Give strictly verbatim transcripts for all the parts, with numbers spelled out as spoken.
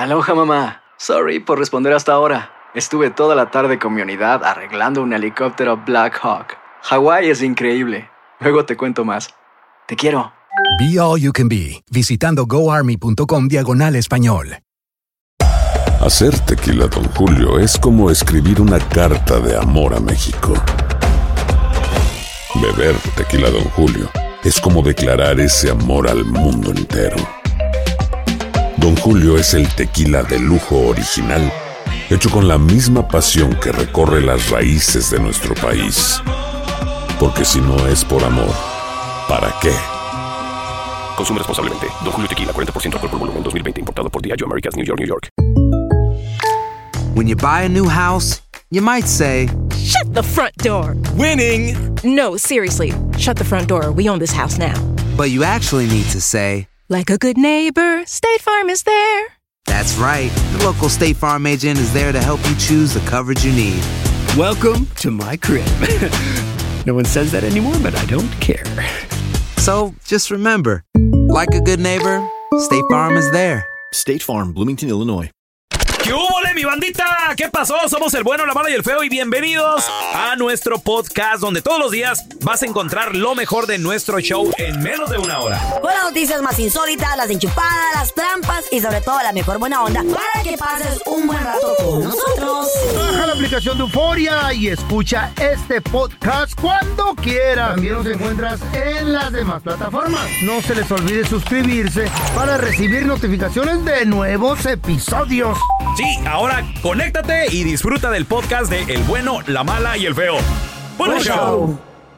Aloha, mamá. Sorry por responder hasta ahora. Estuve toda la tarde con mi unidad arreglando un helicóptero Black Hawk. Hawái es increíble. Luego te cuento más. Te quiero. Be All You Can Be, visitando goarmy.com diagonal español. Hacer tequila Don Julio es como escribir una carta de amor a México. Beber tequila Don Julio es como declarar ese amor al mundo entero. Don Julio es el tequila de lujo original, hecho con la misma pasión que recorre las raíces de nuestro país. Porque si no es por amor, ¿para qué? Consume responsablemente. Don Julio Tequila, cuarenta por ciento alcohol por volumen, dos mil veinte. Importado por Diageo Americas, New York, New York. When you buy a new house, you might say, "Shut the front door." Winning! No, seriously. Shut the front door. We own this house now. But you actually need to say, like a good neighbor, State Farm is there. That's right. The local State Farm agent is there to help you choose the coverage you need. Welcome to my crib. No one says that anymore, but I don't care. So, just remember, like a good neighbor, State Farm is there. State Farm, Bloomington, Illinois. ¿Qué hubo, mi bandita? ¿Qué pasó? Somos el bueno, la mala y el feo y bienvenidos a nuestro podcast donde todos los días vas a encontrar lo mejor de nuestro show en menos de una hora. Con las noticias más insólitas, las enchupadas, las trampas y sobre todo la mejor buena onda para que pases un buen rato con nosotros. Baja la aplicación de Euforia y escucha este podcast cuando quieras. También nos encuentras en las demás plataformas. No se les olvide suscribirse para recibir notificaciones de nuevos episodios. Sí, ahora conéctate y disfruta del podcast de El Bueno, la Mala y el Feo. ¡Buen show!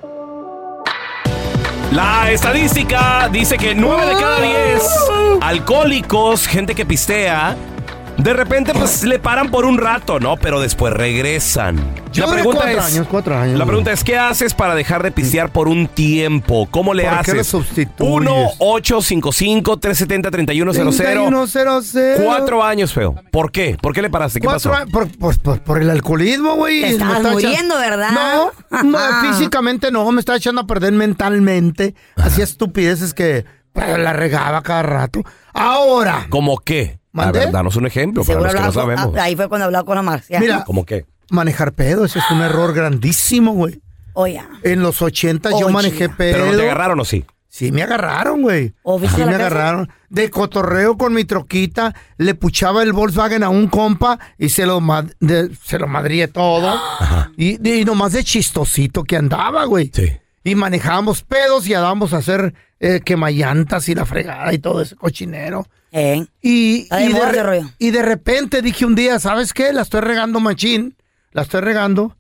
La estadística dice que nueve de cada diez alcohólicos, gente que pistea, de repente pues le paran por un rato, ¿no? Pero después regresan. Yo La pregunta cuatro es, años, cuatro años. La pregunta es, ¿qué haces para dejar de pistear por un tiempo? ¿Cómo le ¿Por haces? qué lo sustituyes? uno ocho cinco cinco tres siete cero tres uno cero cero treinta y uno cero cero. Cuatro años, Feo. ¿Por qué? ¿Por qué le paraste? ¿Qué Cuatro pasó? a- Por, por, por, por el alcoholismo, güey. Te Me estabas está muriendo, ¿verdad? No, no, físicamente no, me estaba echando a perder mentalmente. Hacía estupideces que pues, la regaba cada rato. Ahora, ¿Cómo qué? A ¿Mandé? ver, danos un ejemplo para Seguro los que no hablaba con- sabemos. ah, ahí fue cuando hablaba con la Marcia. Mira, ¿Cómo qué? manejar pedo, ese es un error grandísimo, güey. Oye. En los ochenta yo Oye. manejé pedo. ¿Pero no te agarraron o sí? Sí, me agarraron, güey. ¿O fuiste Sí, a la me casa? agarraron. De cotorreo con mi troquita, le puchaba el Volkswagen a un compa y se lo, mad- de- se lo madrié todo. Y, y nomás de chistosito que andaba, güey. Sí. Y manejábamos pedos y andábamos a hacer eh, quemallantas y la fregada y todo ese cochinero. ¿Eh? Y, Está de y, de moda re- ese rollo. y de repente dije un día, ¿sabes qué? La estoy regando machín. La estoy regando.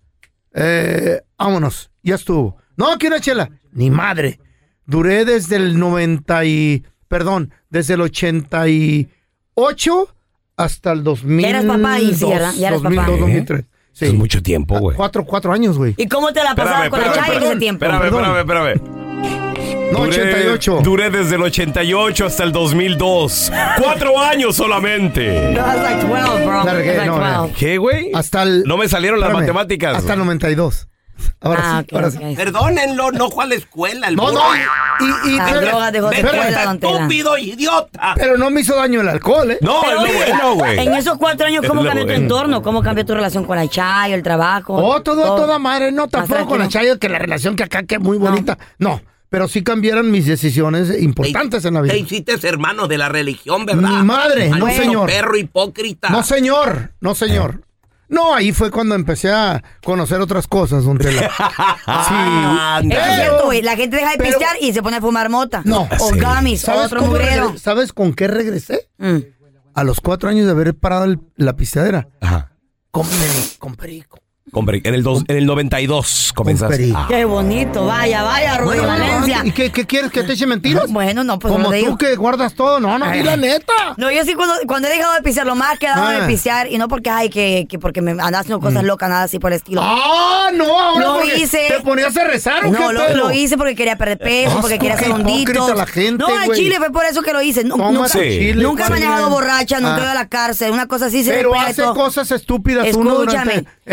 Eh, vámonos. Ya estuvo. No, quiero chela. Ni madre. Duré desde el noventa y... Perdón, desde el ochenta y ocho hasta el dos mil dos. Ya eras papá ahí, sí, ¿verdad? Ya eras dos mil dos, papá. dos mil tres. Sí. Es mucho tiempo, güey. Cuatro, cuatro años, güey. ¿Y cómo te la pasabas con la Chayo en ese tiempo? Espérame, Perdón. espérame, espérame. No, ochenta y ocho. Duré desde el ochenta y ocho hasta el dos mil dos. Cuatro años solamente. No, that's like twelve, bro. La regué, That's like no, no. twelve. ¿Qué, güey? Hasta el... No me salieron las espérame, matemáticas. Hasta el noventa y dos. Ahora Ah, sí, ok, ahora ok. sí. Perdónenlo, no fue a la escuela. El No, burro. no. Y, y, Las pero, drogas dejó de Vete, escuela, está don Tela. estúpido, idiota. pero no me hizo daño el alcohol, ¿eh? No, Pero, es lo oye, bueno, güey. En esos cuatro años, ¿cómo Es lo cambió tu bueno. entorno? ¿Cómo cambió tu relación con la Chayo, el trabajo? Oh, todo, toda madre. No, tampoco con la tranquilo. Chayo, que la relación que acá, que es muy bonita. No, pero sí cambiaron mis decisiones importantes en la vida. Te hiciste hermano de la religión, ¿verdad? Ni madre, no, Maldito señor. perro hipócrita. No, señor. No, señor. No, ahí fue cuando empecé a conocer otras cosas, don Tela. Sí. Es Pero- cierto, güey. La gente deja de pero- pistear y se pone a fumar mota. No. O Sí. gummies, o ¿Sabes, otro cómo mugrero. regre- ¿Sabes con qué regresé? Mm. A los cuatro años de haber parado el- la pisteadera. Ajá. Con, con perico. Con perico. En el, dos, en el noventa y dos comenzaste. perico. Ah. Qué bonito. Vaya, vaya, Rudy Bueno, Valencia. ¿Y qué, qué quieres? ¿Que te eche mentiras? Bueno, no, pues Como como te tú digo. que guardas todo. No, no, di la neta. No, yo sí cuando, cuando he dejado de pistear, lo más que he dejado Ah. de pistear, y no porque, ay, que, que porque me andas haciendo cosas locas, nada así por el estilo. Ah, no, ahora Lo porque hice. ¿te ponías a rezar o No, qué lo, pedo? lo hice porque quería perder peso, Ah, porque quería qué hacer hipócrita honditos. la gente, No, al güey. chile fue por eso que lo hice. Nu- ¿Cómo nunca hace chile, nunca he güey? manejado borracha, nunca Ah. he ido a la cárcel, una cosa así se Pero despega de hace todo. cosas estúpidas uno Escúchame. durante... Eh, ah, Por sí,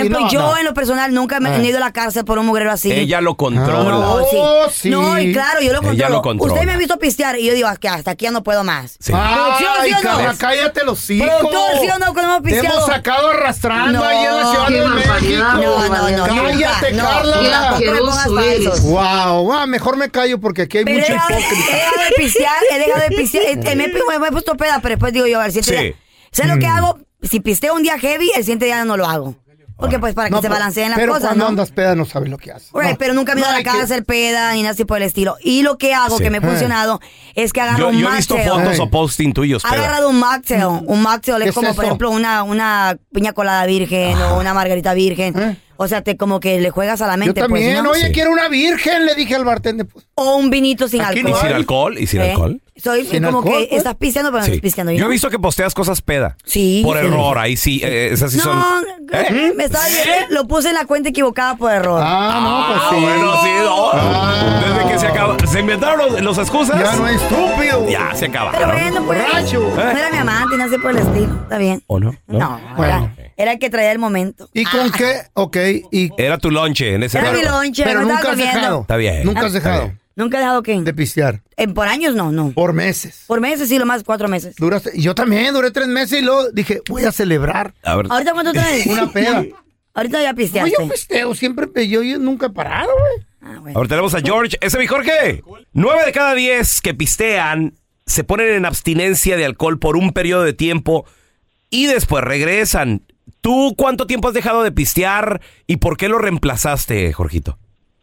ejemplo, no, yo no. en lo personal nunca me Ah. he ido a la cárcel por un mugrero así. Ella lo controla. No, sí. Oh, sí. No, y claro, yo lo Ella controlo. lo controla. Usted me ha visto pistear y yo digo, "Ah, hasta aquí ya no puedo más. Sí. ¿Sí o Ay, sí o no? Carla, cállate los hijos. Productor, ¿sí o no? Cuando hemos Te pisteado. hemos sacado arrastrando No. ahí en la Ciudad Qué de México. No, no, no. Cállate, nunca, Carla. No, tampoco me pongas falsos. Wow, wow, mejor me callo porque aquí hay Pero he mucho dejado, he hipócrita. dejado de pistear, he dejado de pistear. eh, eh, me, me- me he puesto peda, pero después digo yo, al siguiente Sí. día. ¿Sabes lo que hago? Si pisteo un día heavy, el siguiente día no lo hago. Porque pues para que No, se pero- balanceen las pero cosas, cuando ¿no? andas peda no sabes lo que haces. Right, No. pero nunca me he ido No, a la hay que- cárcel peda ni nada así por el estilo. Y lo que hago, Sí. que me ha funcionado, es que agarro Yo, un yo he visto mocktail. fotos o posting tuyos, Ha peda. agarrado un mocktail. Un mocktail ¿Qué es es como, eso? por ejemplo, una, una piña colada virgen o una margarita virgen. ¿Eh? O sea, te como que le juegas a la Yo mente, también, pues, ¿no? oye, Sí. quiero una virgen, le dije al bartender. Pues. O un vinito sin Aquí alcohol. ¿Y sin alcohol? ¿Y sin ¿Eh? alcohol? Soy ¿Sin como alcohol, que pues? estás pisteando, pero no Sí. estás pisteando. Yo he visto que posteas cosas peda. Sí. Por sí. error, ahí sí. eh, esas sí No, son. ¿Eh? me estaba diciendo, lo puse en la cuenta equivocada por error. Ah, no, pues Ah, sí. bueno, sí, no. Ah. Desde que se acaba. Se inventaron los, los excusas. Ya no es estúpido. Ya se Pero acabaron. bueno, pues, Borracho. no era mi amante, no sé por el estilo. Está bien. ¿O no? No, Bueno. era, era el que traía el momento. ¿Y con Ah, qué? Ok, y... Era tu lonche en ese Era mi rato. lonche, Pero me nunca estaba has comiendo. dejado. Está bien. Nunca has Está dejado bien. ¿Nunca he dejado qué? de pistear. Eh, por años no, no. Por meses. Por meses sí, lo más cuatro meses. Duraste, yo también duré tres meses y luego dije, voy a celebrar A ver. ¿Ahorita cuánto traes? una peda. Ahorita ya No, pisteaste. yo pisteo, siempre, pe- yo, yo nunca he parado, güey. Ah, bueno. Ahora tenemos a George. Ese mi Jorge. Nueve de cada diez que pistean se ponen en abstinencia de alcohol por un periodo de tiempo y después regresan. ¿Tú cuánto tiempo has dejado de pistear y por qué lo reemplazaste, Jorgito?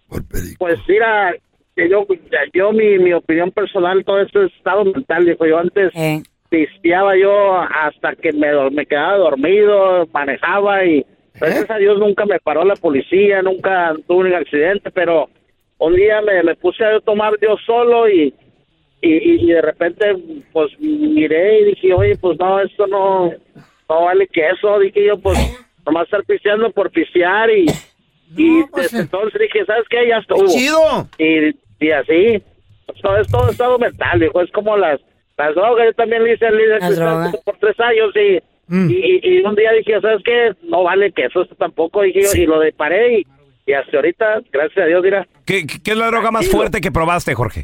Pues mira, que yo, yo mi, mi opinión personal, todo esto es estado mental, dijo yo antes. Eh. Pisteaba yo hasta que me, dor- me quedaba dormido, manejaba y gracias a Dios nunca me paró la policía, nunca tuve un accidente, pero un día me, me puse a tomar yo solo y, y, y, y de repente pues miré y dije, oye, pues no, esto no, no vale que eso, dije yo, pues nomás estar pisteando por pistear y, y No, pues, desde entonces dije, ¿sabes qué? Ya estuvo. Chido. Y, y así, todo es todo estado mental, dijo, es como las las drogas, yo también le hice al líder Las drogas. por tres años y, Mm. y, y un día dije, ¿sabes qué? No vale que eso esto tampoco, dije yo, y lo deparé y, y hasta ahorita, gracias a Dios, mira, ¿Qué, qué es la droga más fuerte que probaste, Jorge?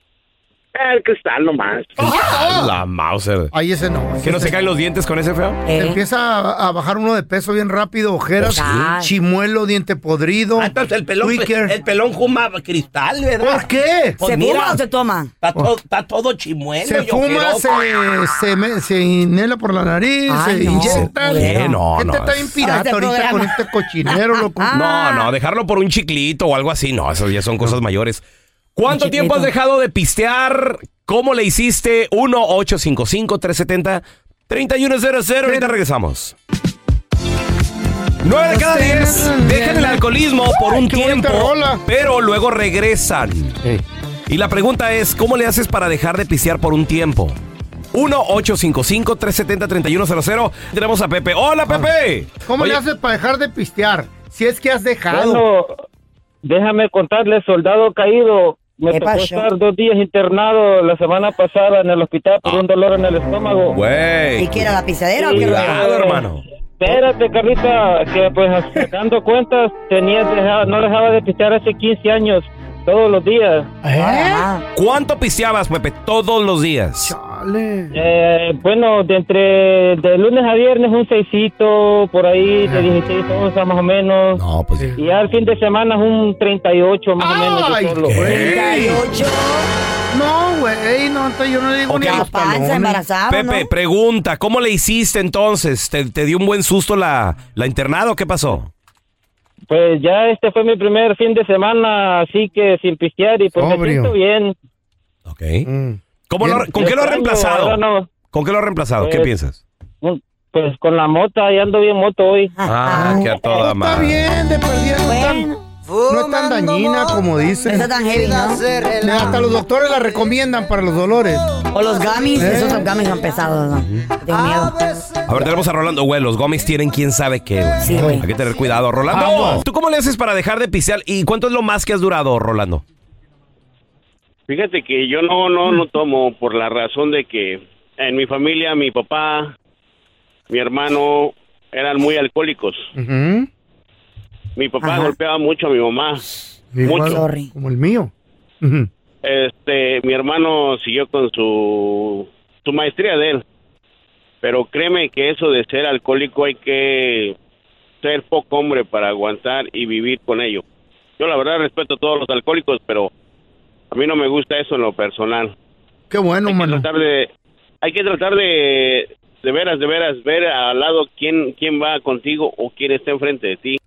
el cristal nomás. La Mauser. Ahí ese no. ¿Que no se caen los dientes con ese feo? Te Eh. empieza a, a bajar uno de peso bien rápido, ojeras, Sí. chimuelo, diente podrido. Ah, entonces el pelón, Tweaker. el pelón fuma cristal, ¿verdad? ¿Por qué? Pues ¿Se mira, fuma o se toma? Está, to- está todo chimuelo. Se y fuma, ojeroso. se, se, me- se inhala por la nariz, Ay, se no. inyecta. ¿Qué? No, Este no. está bien pirata Este ahorita programa. con este cochinero, loco. Ah. No, no, dejarlo por un chiclito o algo así. No, eso ya son cosas mayores. ¿Cuánto Un tiempo has chiclito. dejado de pistear? ¿Cómo le hiciste? uno ocho cinco cinco, tres siete cero, tres uno cero cero. Ahorita regresamos. nueve de cada diez dejan el alcoholismo por un qué bonita tiempo, rola. pero luego regresan. Y la pregunta es, ¿cómo le haces para dejar de pistear por un tiempo? uno ocho cinco cinco, tres siete cero, tres uno cero cero. Tenemos a Pepe. ¡Hola, Pepe! ¿Cómo Oye, le haces para dejar de pistear? Si es que has dejado. Bueno, déjame contarle, soldado caído. Me ¿Qué tocó pasó? estar dos días internado la semana pasada en el hospital por un dolor en el estómago. Güey. ¿Y qué era la pisadera o qué rollo? Cuidado, hermano. Espérate, Carlita, que pues sacando cuentas, tenía dejaba, no dejaba de pistear hace quince años, todos los días. Ah, ¿Cuánto pisteabas, Pepe, todos los días? Chale. Eh, bueno, de entre de lunes a viernes un seisito, por ahí de dieciséis onzas más o menos. No, pues sí. Y al fin de semana un treinta y ocho más o menos. yo Ay, solo. ¿qué? treinta y ocho. No, güey, no, entonces yo no le digo Ok. ni a La los panza talones. embarazada, Pepe, ¿no? pregunta, ¿cómo le hiciste entonces? ¿Te, te dio un buen susto la, la internada o qué pasó? Pues ya este fue mi primer fin de semana, así que sin pistear y pues me Sobrio. siento bien. Ok. Mm. ¿Cómo lo- Bien. ¿Con qué lo has Extraño, reemplazado? ahora no. ¿Con qué lo has reemplazado? ¿Qué Pues, piensas? Pues con la mota, y ando bien moto hoy. Ah, que a toda Está madre. bien, de perdida no, es tan- no es tan dañina como dicen. No está tan heavy, ¿no? Hasta los doctores la recomiendan para los dolores. O los gummies, ¿Eh? esos gummies son pesados, ¿no? Tengo miedo. A ver, tenemos a Rolando. Güey, los gomis tienen quién sabe qué, güey. Sí, güey. Hay que tener cuidado. Rolando, Aguas. ¿tú cómo le haces para dejar de pistear? ¿Y cuánto es lo más que has durado, Rolando? Fíjate que yo no, no, no tomo por la razón de que en mi familia, mi papá, mi hermano eran muy alcohólicos. Ujú. Mi papá Ajá. golpeaba mucho a mi mamá. Igual, Mucho. como el mío. Ujú. Este, mi hermano siguió con su, su maestría de él. Pero créeme que eso de ser alcohólico hay que ser poco hombre para aguantar y vivir con ello. Yo la verdad respeto a todos los alcohólicos, pero a mí no me gusta eso en lo personal. Qué bueno, hay que mano. tratar de, hay que tratar de, de veras, de veras, ver al lado quién, quién va contigo o quién está enfrente de ti.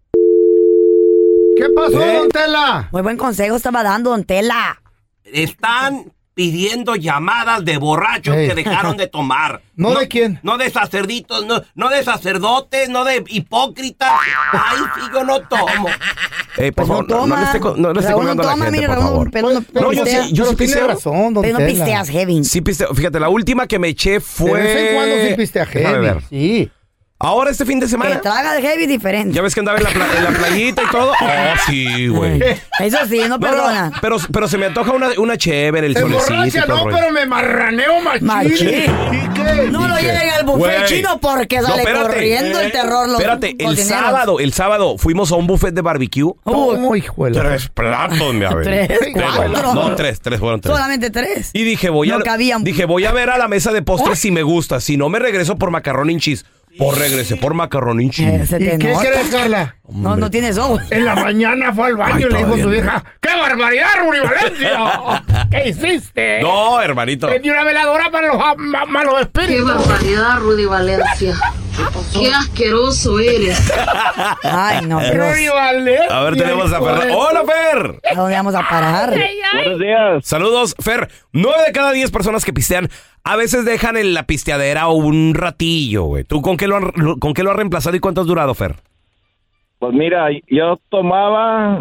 ¿Qué pasó, ¿Eh? don Tela? Muy buen consejo estaba dando, don Tela. Están pidiendo llamadas de borrachos Ey. que dejaron de tomar. ¿No de quién? No de sacerditos, no, no de sacerdotes, no de hipócritas. Ay, sí, yo no tomo. Eh, por Pues favor, no no, no toma. le esté, co- no le esté Raúl no colgando a la toma, gente, mire, por Raúl, favor. pero no- pero No, yo pistea. sí, yo sí Pero tiene pisteo. razón, don Pero no Tela. pisteas heavy. Sí pisteo. Fíjate, la última que me eché fue... De vez en cuando sí pistea Déjame heavy. ver. Sí. Ahora este fin de Que semana. traga el heavy diferente. ¿Ya ves que andaba en la, pla- en la playita y todo? Oh, sí, güey. Eso sí, no No, no, perdona. pero, pero se me antoja una, una chévere, el Se solecito y emborracha, todo el no, rollo. pero me marraneo machín. Machín. ¿Y qué? No lo ¿Y qué? lleven al buffet Güey. chino porque No, sale espérate. corriendo el terror los Espérate, el cocineros. sábado, el sábado fuimos a un buffet de barbecue. Uy, Oh, hijuela. Tres platos, me aventé. Tres, cuatro. No, tres, tres, fueron tres. Solamente tres. Y dije, voy a, No cabían. dije, voy a ver a la mesa de postres si me gusta. Si no, me regreso por macarrón and cheese. Por regresé por macarrón and Eh, cheese. se ¿Y te qué nota. crees, Carla? No, no tienes ojos. En la mañana fue al baño Ay, y le dijo a su todavía no. vieja, ¡qué barbaridad, Ruri Valencia! ¿Qué hiciste? No, hermanito. Vendí una veladora para los ah, ma- malos espíritus. Qué barbaridad, Rudy Valencia. Qué asqueroso eres. Ay, no, Dios. Ruri Valencia. A ver, tenemos a hijo Fer. de- ¡Hola, Fer! ¿A dónde vamos a parar? Buenos días. Saludos, Fer. Nueve de cada diez personas que pistean a veces dejan en la pisteadera un ratillo, güey. ¿Tú con qué, lo han- con qué lo has reemplazado y cuánto has durado, Fer? Pues mira, yo tomaba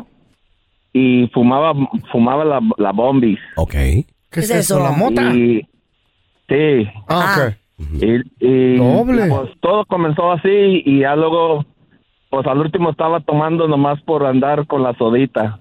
y fumaba fumaba la, la bombis. Ok. ¿Qué es eso? ¿La mota? Y, sí. Ah, ok. Y, y Doble. pues todo comenzó así y ya luego, pues al último estaba tomando nomás por andar con la sodita.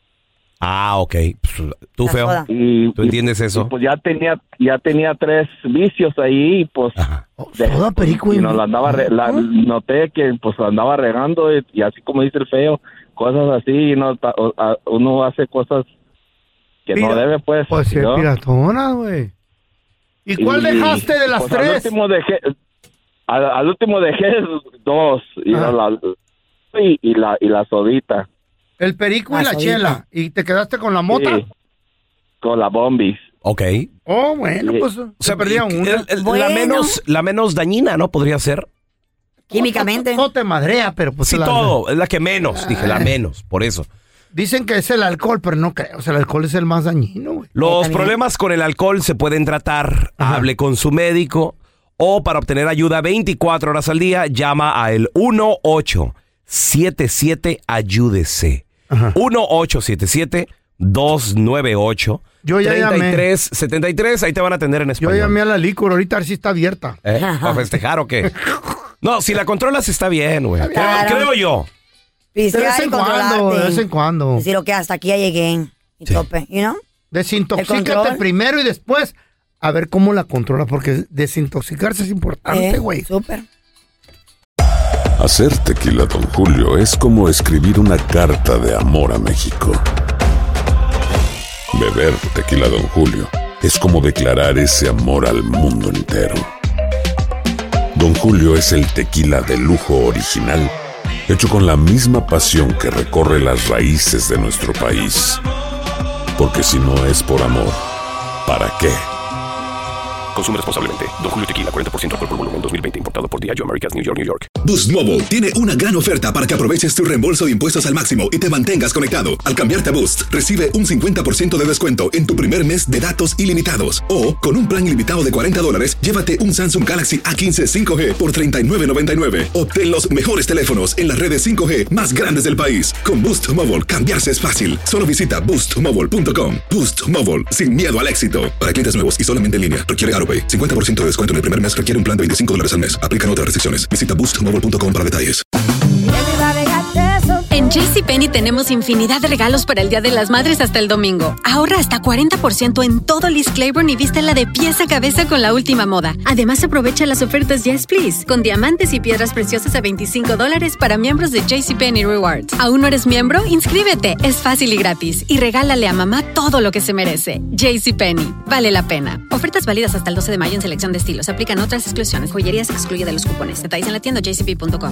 Ah, ok. Pues, Tú, La feo. soda. Y, ¿Tú entiendes y, eso? pues ya tenía ya tenía tres vicios ahí y pues Oh, de- soda, perico y... y nos la andaba re- la, noté que pues andaba regando y, y así como dice el feo, cosas así y no ta- o- a- uno hace cosas que no Pira- debe pues. Pues sí, ¿no? piratona, güey. ¿Y cuál Y, dejaste de las pues, Al tres? último dejé, al, al último dejé dos y, Ah. la, y, y la y la sodita. El perico La y la sodita. chela. ¿Y te quedaste con la mota? Sí, con la bombis. Ok. Oh, bueno, Sí. pues se perdía y- una. el- el- Bueno. La, menos, la menos dañina, ¿no? Podría ser. Químicamente. No te madrea, pero pues... Sí, la- todo. Es la que menos. Dije, la menos. Por eso. Dicen que es el alcohol, pero no creo. O sea, el alcohol es el más dañino, güey. Los también. problemas con el alcohol se pueden tratar. Ajá. Hable con su médico o para obtener ayuda veinticuatro horas al día, llama a el uno ocho siete siete ayúdese. Ajá. uno ocho siete siete dos nueve ocho Yo ya treinta y llamé. tres setenta y tres. Ahí te van a atender en Yo español. llamé a la licor, ahorita a ver si está abierta. ¿Eh? ¿Para festejar o qué? No, si la controlas está bien, güey. Creo, Claro. creo yo. De vez Pistear y en cuando, controlarte. de vez en cuando. Decir, ok, hasta aquí ya llegué. Y Sí. tope, you know? Desintoxícate ¿El control? primero y después a ver cómo la controla, porque desintoxicarse es importante, Eh, güey. Súper. Hacer tequila Don Julio es como escribir una carta de amor a México. Beber tequila Don Julio es como declarar ese amor al mundo entero. Don Julio es el tequila de lujo original, hecho con la misma pasión que recorre las raíces de nuestro país. Porque si no es por amor, ¿para qué? Consume responsablemente. Don Julio Tequila, cuarenta por ciento alcohol por volumen, dos mil veinte. Importado por Diageo Americas, New York, New York. Boost Mobile tiene una gran oferta para que aproveches tu reembolso de impuestos al máximo y te mantengas conectado. Al cambiarte a Boost, recibe un cincuenta por ciento de descuento en tu primer mes de datos ilimitados. O, con un plan ilimitado de cuarenta dólares, llévate un Samsung Galaxy A quince cinco G por treinta y nueve noventa y nueve. Obtén los mejores teléfonos en las redes cinco G más grandes del país. Con Boost Mobile, cambiarse es fácil. Solo visita boost mobile punto com. Boost Mobile, sin miedo al éxito. Para clientes nuevos y solamente en línea, requiere AutoPay. cincuenta por ciento de descuento en el primer mes requiere un plan de veinticinco dólares al mes. Aplican otras restricciones. Visita boost mobile punto com para detalles. En En JCPenney tenemos infinidad de regalos para el Día de las Madres hasta el domingo. Ahorra hasta cuarenta por ciento en todo Liz Claiborne y vístela de pies a cabeza con la última moda. Además, aprovecha las ofertas Yes Please, con diamantes y piedras preciosas a veinticinco dólares para miembros de JCPenney Rewards. ¿Aún no eres miembro? Inscríbete. Es fácil y gratis. Y regálale a mamá todo lo que se merece. JCPenney. Vale la pena. Ofertas válidas hasta el doce de mayo en selección de estilos. Aplican otras exclusiones. Joyería se excluye de los cupones. Detalles en la tienda j c p punto com.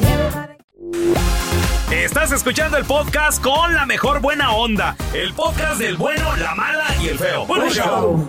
Estás escuchando el podcast con la mejor buena onda. El podcast del bueno, la mala y el feo. ¡Buen show!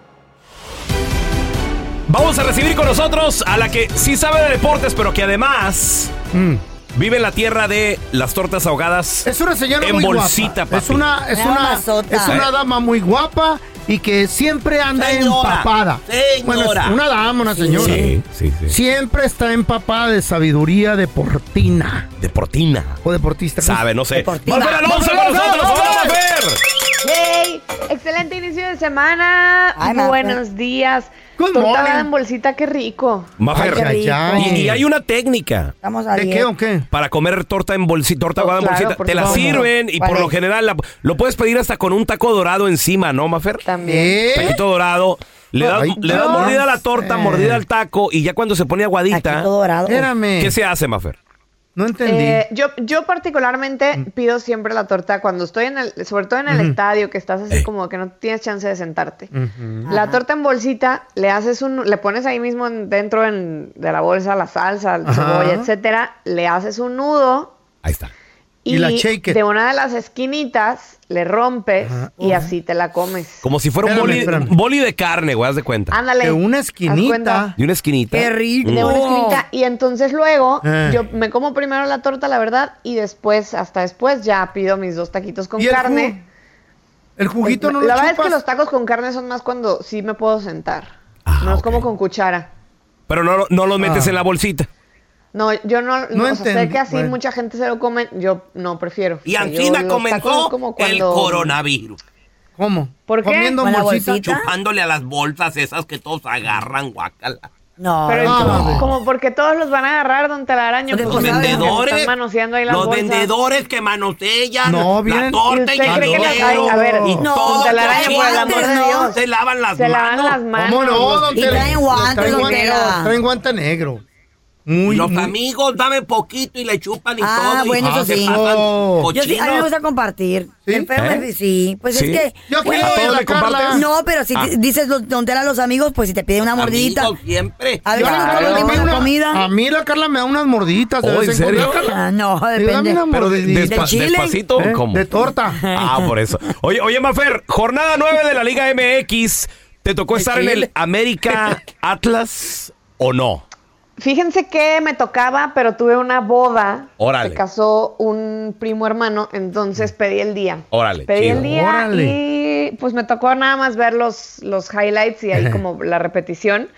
Vamos a recibir con nosotros a la que sí sabe de deportes, pero que además mm. vive en la tierra de las tortas ahogadas. Es una señora en muy bolsita, guapa. papi. Es una, es una, es una dama muy guapa y que siempre anda Señora, empapada. señora. Bueno, es una dama, una señora. Sí, sí, sí. Siempre está empapada de sabiduría deportina. Deportina. O deportista. Sabe, no sé. Deportiva. ¡Mafer Alonso con nosotros! ¡Hola, Mafer! ¡Hey! Excelente inicio de semana. Ay, Buenos días. Good Torta morning. ahogada en bolsita, qué rico. Mafer, Ay, ay, ay. Y, y hay una técnica Estamos a ¿De dieta. qué o qué? para comer torta en bolsita, torta Oh, ahogada en claro, bolsita. por Te la favor. sirven y ¿Cuál por lo es? general la- lo puedes pedir hasta con un taco dorado encima, ¿no, Mafer? También. ¿Eh? Taquito dorado. Le das, Ay, le das no mordida a la torta, sé. mordida al taco y ya cuando se pone aguadita, Taquito dorado. Espérame. ¿qué se hace, Mafer? No entendí. Eh, yo, yo particularmente pido siempre la torta cuando estoy en el, sobre todo en el Ujú. estadio, que estás así Eh. como que no tienes chance de sentarte. Ujú. La torta en bolsita, le haces un, le pones ahí mismo en- dentro en- de la bolsa la salsa, la Ajá. cebolla, etcétera, le haces un nudo Ahí está. y, Y la shake it. de una de las esquinitas le rompes Ajá. y así te la comes. Como si fuera un Espérame, boli, espérame. boli de carne, güey, haz de cuenta. Ándale. De una haz cuenta. esquinita. De una esquinita. Qué rico. De una esquinita. Y entonces luego Eh. yo me como primero la torta, la verdad, y después, hasta después, ya pido mis dos taquitos con ¿Y el carne. jugo? ¿El juguito no lo La verdad chupas? es que los tacos con carne son más cuando sí me puedo sentar. Ah, no es ok. como con cuchara. Pero no, no los metes Ah. en la bolsita. No, yo no, no, o sea, sé entendí, que así bueno. mucha gente se lo come, yo no prefiero. Y O sea, yo Ancina los tacos comenzó es como el cuando- coronavirus. ¿Cómo? ¿Por qué? ¿Comiendo en ¿Con la bolsita? bolsita? Chupándole a las bolsas esas que todos agarran, guácala. No, Pero no, como, no. como porque todos los van a agarrar, don Telaraño. Los pues, Los saben que vendedores, están manoseando ahí las los bolsas. vendedores que manosean No, la vienen- torta ¿Y y usted el cree que las- dinero. ay, a ver, y no, todo don Telaraño, por el amor de cochinos, Dios. se lavan las Se lavan manos. las manos. ¿Cómo no, don Y Tela? traen guantes, Traen don guante- Tela. Traen guante negro. Muy, Los muy- amigos dame poquito y le chupan y Ah, todo. y bueno, eso se sí. pasan Oh. Yo sí, a mí me cochinos. gusta compartir. ¿Sí? El feo ¿Eh? me- sí, pues ¿Sí? es que... Yo bueno, quiero ¿a todos ir a le compartes? Carla. no, pero si Ah. te- dices los- don Tela a los amigos, pues si te piden una mordidita. Amigos siempre. A ver, Yo a la ¿no Carla le compartimos pido la una- comida? A mí la Carla me da unas morditas. de Oh, vez ¿en serio? cuando. Ah, no, Digo, dame depende. una Pero de- mordidita. despa- ¿De chile? despacito, ¿Eh? ¿cómo? De torta. Ah, por eso. Oye, oye, Mafer, jornada nueve de la Liga M X. ¿Te tocó ¿De estar en chile? el América Atlas o no? Fíjense que me tocaba, pero tuve una boda. Órale. Se casó un primo hermano, entonces pedí el día. Órale, Pedí chido. el día Órale. y pues me tocó nada más ver los, los highlights y ahí como la repetición.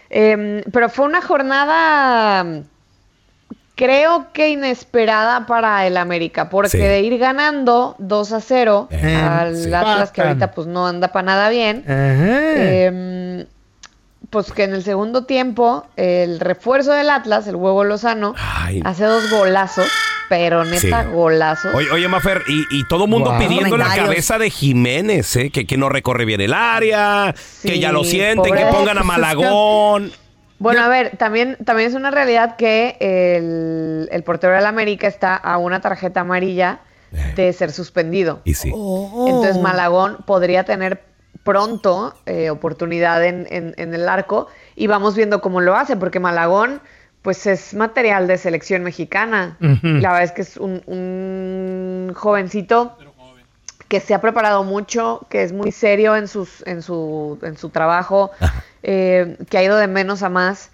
Eh, pero fue una jornada, creo que inesperada para el América, porque Sí. de ir ganando dos a cero Eh, al sí. Atlas, que Empatan. ahorita pues no anda para nada bien. Ajá. Em, pues que en el segundo tiempo, el refuerzo del Atlas, el Huevo Lozano, Ay. hace dos golazos, pero neta Sí. golazos. Oye, oye Mafer, y, y todo el mundo Wow. pidiendo la Comentarios. cabeza de Jiménez, ¿eh? Que, que no recorre bien el área, que Sí, ya lo sienten, pobre. que pongan a Pues es que- Malagón. Bueno, Ya- a ver, también, también es una realidad que el, el portero del América está a una tarjeta amarilla de ser suspendido. Y sí. Oh. Entonces Malagón podría tener pronto eh, oportunidad en, en- en el arco y vamos viendo cómo lo hace, porque Malagón pues es material de selección mexicana. Ujú. La verdad es que es un, un jovencito que se ha preparado mucho, que es muy serio en, sus, en, su, en su trabajo, eh, que ha ido de menos a más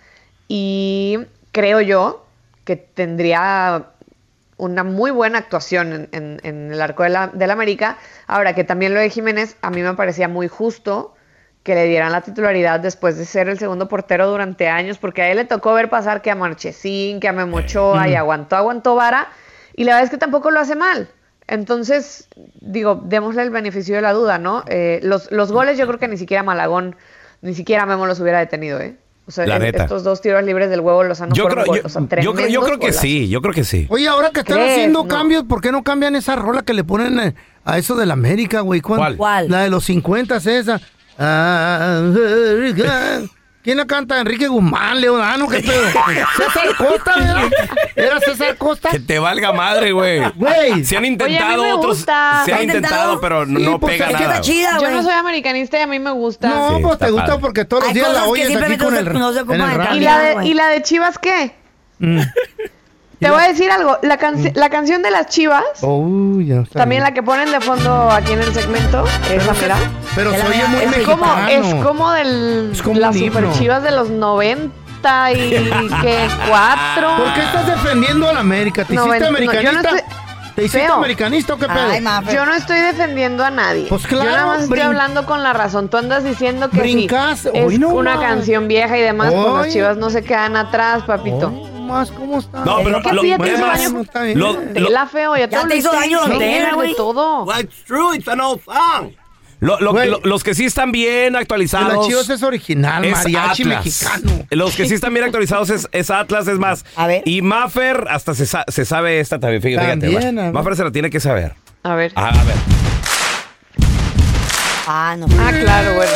y creo yo que tendría una muy buena actuación en, en- en el arco de la, del América. Ahora, que también lo de Jiménez, a mí me parecía muy justo que le dieran la titularidad después de ser el segundo portero durante años, porque a él le tocó ver pasar que a Marchesín, que a Memo Ochoa, y aguantó, aguantó vara, y la verdad es que tampoco lo hace mal. Entonces, digo, démosle el beneficio de la duda, ¿no? Eh, los, los goles yo creo que ni siquiera Malagón, ni siquiera Memo los hubiera detenido, ¿eh? O sea, La es- neta. estos dos tiros libres del huevo Lozano Yo fueron creo, gol- yo, o sea, yo creo, yo tremendos creo que golazos. sí, yo creo que sí. Oye, ahora que están ¿Crees? haciendo No. cambios, ¿por qué no cambian esa rola que le ponen eh, a eso de la América, güey? ¿Cuál? ¿Cuál? La de los cincuenta, esa. América. ¿Quién la canta? Enrique Guzmán, Leodano, ¿qué pedo? César Costa, ¿verdad? ¿Era César Costa? Que te valga madre, güey. Güey. Se han Oye, a intentado mí me otros. gusta. Se ¿Has ha intentado, intentado? pero no, Sí, no pues, pega es que nada. está chida, Yo güey. no soy americanista y a mí me gusta. No, Sí, pues está te gusta padre. porque todos los Hay días la cosas que oyes aquí simplemente con no el, se- no se en ocupan el de radio. ¿Y la, de, güey. ¿Y la de Chivas qué? Mm. Te voy a decir algo. La, canci- la canción de las Chivas, Oh, ya está también bien. la que ponen de fondo aquí en el segmento, esa mira. Pero se oye muy Es como, mexicano. es como del Es como las un super himno. Chivas de los noventa y que cuatro. ¿Por qué estás defendiendo a la América? ¿Te hiciste Noven- no, yo no americanista? estoy- ¿Te hiciste Feo. americanista o qué pedo? Ay, Mafer. Yo no estoy defendiendo a nadie. Pues claro, Yo nada más estoy brin- hablando con la razón. Tú andas diciendo que Brincas, sí, es hoy no una más. canción vieja y demás, pues Hoy. las Chivas no se quedan atrás, papito. Oh, más, ¿cómo está? No, pero que lo, sí, ya te es hizo más, daño. No está bien. lo- lo- Tela, feo, ya, Ya te te hizo daño lo Don Tela, de güey. todo. Well, it's true. It's an old song. lo- lo- Güey. lo- los que sí están bien De actualizados. las Chivas es original, es mariachi Atlas. mexicano. Los que sí están bien actualizados es, es Atlas, es más. A ver. Y Maffer hasta se, sa- se sabe esta también, fíjate. También, fíjate, a ver. Maffer se la tiene que saber. A ver. Ah, a ver. Ah, no. Ah, claro, bueno.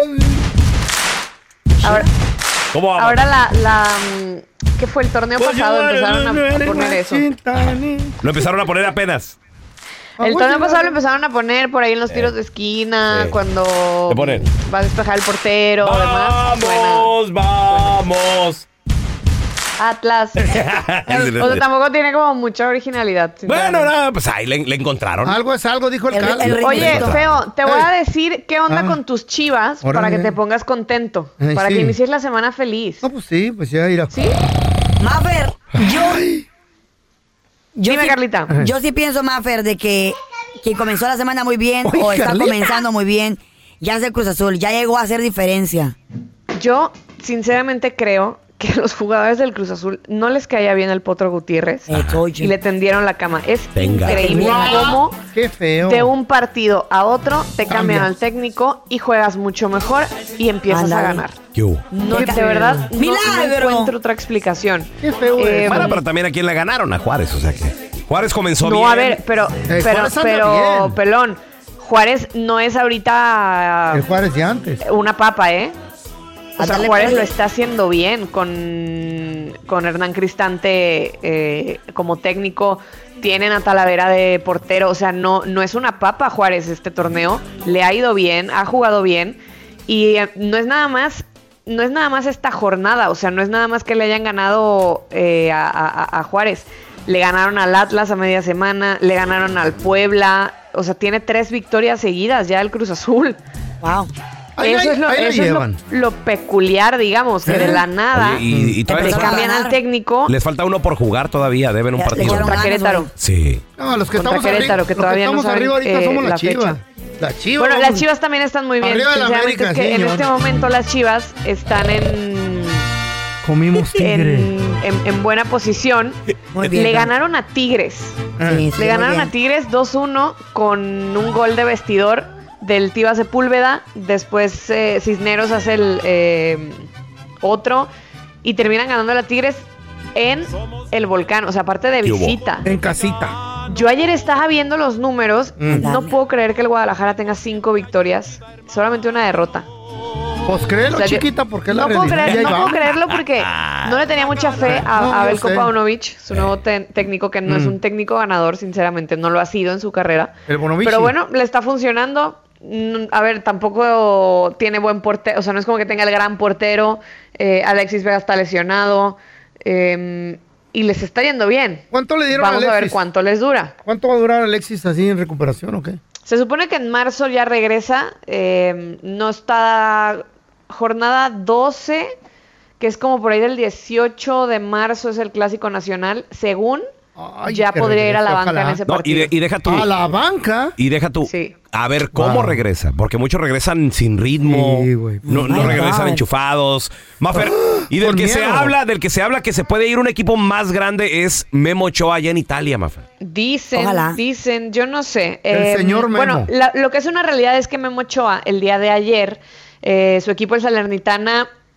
Ahora, ¿Cómo vamos? ahora la, la mm, ¿qué fue? El torneo pasado empezaron a, a poner eso. Lo empezaron a poner apenas. El torneo pasado lo empezaron a poner por ahí en los tiros de esquina, Sí. cuando ¿Qué ponen? va a despejar el portero, demás. Suena. Vamos, vamos. Atlas. O sea, tampoco tiene como mucha originalidad. Bueno, sinceramente. nada, pues ahí le, le encontraron. Algo es algo, dijo el, El- caldo. el ritmo. Oye, feo, te voy a decir qué onda Ah. con tus Chivas Órale. para que te pongas contento, Ay, para sí. que inicies la semana feliz. No, pues sí, pues ya irá. ¿Sí? Mafer, yo. Yo Dime, sí, Carlita. Yo sí pienso, Mafer, de que, que comenzó la semana muy bien Oye, o está Carlita. comenzando muy bien. Ya es el Cruz Azul, ya llegó a hacer diferencia. Yo, sinceramente, creo que a los jugadores del Cruz Azul no les caía bien el Potro Gutiérrez Eh, coche. y le tendieron la cama. Es Venga. increíble Wow. cómo Qué feo. de un partido a otro te cambian Cambia. al técnico y juegas mucho mejor y empiezas Ándale. a ganar. ¿Qué hubo? No, Qué de feo. verdad, no, no ¡Milagro! encuentro otra explicación. Qué feo Eh, es. Bueno, pero también a quién le ganaron, a Juárez, o sea que Juárez comenzó No, bien. a ver, pero, Eh, pero, Juárez anda pero, bien. pelón, Juárez no es ahorita El Juárez de antes. una papa, ¿eh? O sea, Ándale, Juárez pues. lo está haciendo bien con, con Hernán Cristante eh, como técnico. Tienen a Talavera de portero. O sea, no, no es una papa Juárez este torneo. Le ha ido bien, ha jugado bien. Y eh, no es nada más, no es nada más esta jornada. O sea, no es nada más que le hayan ganado eh, a, a- a Juárez. Le ganaron al Atlas a media semana, le ganaron al Puebla. O sea, tiene tres victorias seguidas ya el Cruz Azul. Wow. Ahí Eso la- es, lo, ahí la eso es lo- llevan. lo peculiar, digamos, que de la nada Oye, y, y todavía le les, Empezó a cambian al ganar. técnico les falta uno por jugar todavía, deben un Ya, le partido. echaron contra ganas, Querétaro. güey. Sí. No, los que Contra estamos Querétaro, arriba, que los todavía no estamos saben, arriba ahorita eh, somos la la Chiva. fecha. La Chiva. Bueno, vamos. las Chivas también están muy bien. Arriba de la Sinceramente, América, es que en señor. este momento las Chivas están en, Comimos tigre. en, en- en buena posición. Muy bien. Le ganaron a Tigres. Ah. Sí, sí, Le muy ganaron bien. a Tigres dos uno con un gol de vestidor del Tiva Sepúlveda. Después eh, Cisneros hace el eh, otro y terminan ganando a la Tigres en el Volcán. O sea, aparte de ¿Qué hubo? visita. En casita. Yo ayer estaba viendo los números. Mm. No puedo creer que el Guadalajara tenga cinco victorias. Solamente una derrota. Pues créelo, O sea, yo- chiquita, porque es la no puedo, realidad. creer- Y ahí no va. puedo creerlo porque no le tenía mucha fe a, No, a yo Belko sé. Paunovic, su nuevo te- técnico, que no es Mm. un técnico ganador, sinceramente, no lo ha sido en su carrera. El Bonovici. Pero bueno, le está funcionando. Mm, A ver, tampoco tiene buen portero, o sea, no es como que tenga el gran portero. eh, Alexis Vega está lesionado eh, y les está yendo bien. ¿Cuánto le dieron Vamos a a ver Alexis? cuánto les dura. ¿Cuánto va a durar Alexis así en recuperación o qué? Se supone que en marzo ya regresa, eh, no está jornada doce, que es como por ahí del dieciocho de marzo es el Clásico Nacional, según Ay, ya que podría ir a la regrese, banca ojalá. en ese No, y, partido. de- y deja tú. A la banca. Y deja tú. Sí. A ver cómo Wow. regresa. Porque muchos regresan sin ritmo. Sí, güey. no no Ay, regresan God. enchufados. Mafer, y del Con que se miedo. habla, del que se habla que se puede ir un equipo más grande es Memo Ochoa allá en Italia, Mafer. Dicen, Ojalá. dicen, yo no sé. El Eh, señor Memo. Bueno, la- lo que es una realidad es que Memo Ochoa, el día de ayer, eh, su equipo, el Salernitana,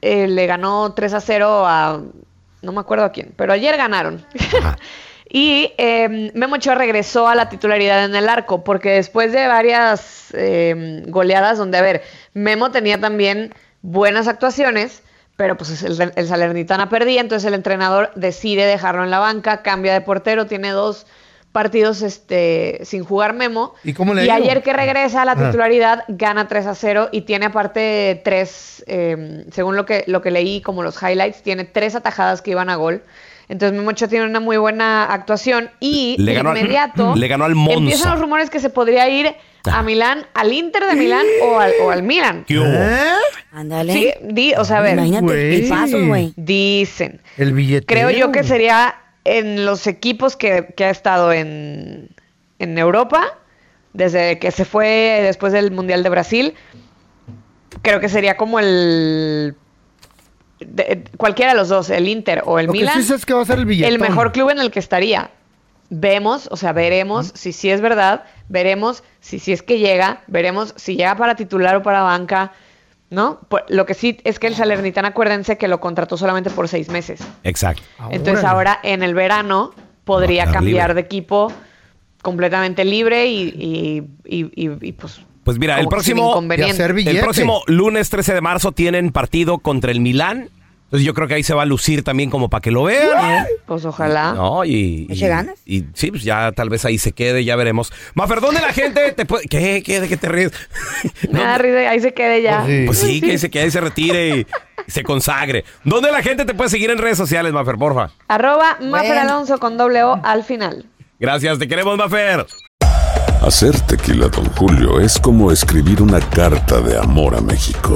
eh, le ganó tres a cero a... no me acuerdo a quién, pero ayer ganaron. Y eh, Memo Ochoa regresó a la titularidad en el arco, porque después de varias eh, goleadas donde, a ver, Memo tenía también buenas actuaciones, pero pues el, el Salernitana perdía, entonces el entrenador decide dejarlo en la banca, cambia de portero, tiene dos partidos este, sin jugar Memo. ¿Y cómo le Y digo? ayer que regresa a la Ah. titularidad, gana tres a cero y tiene aparte tres, eh, según lo que, lo que leí como los highlights, tiene tres atajadas que iban a gol. Entonces Memo Ochoa tiene una muy buena actuación y Le de ganó al- inmediato le ganó al Monza. empiezan los rumores que se podría ir a Milán, al Inter de Milán o al, o al Milan. ¿Qué hubo? ¿Eh? Ándale. Sí, di, o sea, a ver. Imagínate, Güey. tipazos, güey. Dicen. El billete. Creo yo que sería en los equipos que, que ha estado en, en Europa, desde que se fue después del Mundial de Brasil. Creo que sería como el... de- cualquiera de los dos, el Inter o el Lo que Milan. sí sé es que va a ser el billetón. El mejor club en el que estaría. Vemos, o sea, veremos si sí es verdad, veremos si sí es que llega, veremos si llega para titular o para banca, ¿no? Por- lo que sí es que el Salernitana, acuérdense que lo contrató solamente por seis meses. Exacto. Entonces ahora en el verano podría Va a quedar cambiar libre. de equipo completamente libre y, y, y- y- y, pues... Pues mira, el como que sin próximo, inconveniente. el próximo lunes trece de marzo tienen partido contra el Milán. Entonces yo creo que ahí se va a lucir también como para que lo vean. Pues ojalá. No, y, y, ¿Eche ganas? y sí, pues ya tal vez ahí se quede, ya veremos. Mafer, ¿dónde la gente te puede...? ¿Qué? ¿Qué? ¿De qué te ríes? Me da risa, ahí se quede ya. Pues sí, que se quede y se retire y se consagre. ¿Dónde la gente te puede seguir en redes sociales, Mafer, porfa? Arroba Mafer Alonso con doble O al final. Gracias, te queremos, Mafer. Hacer tequila Don Julio es como escribir una carta de amor a México.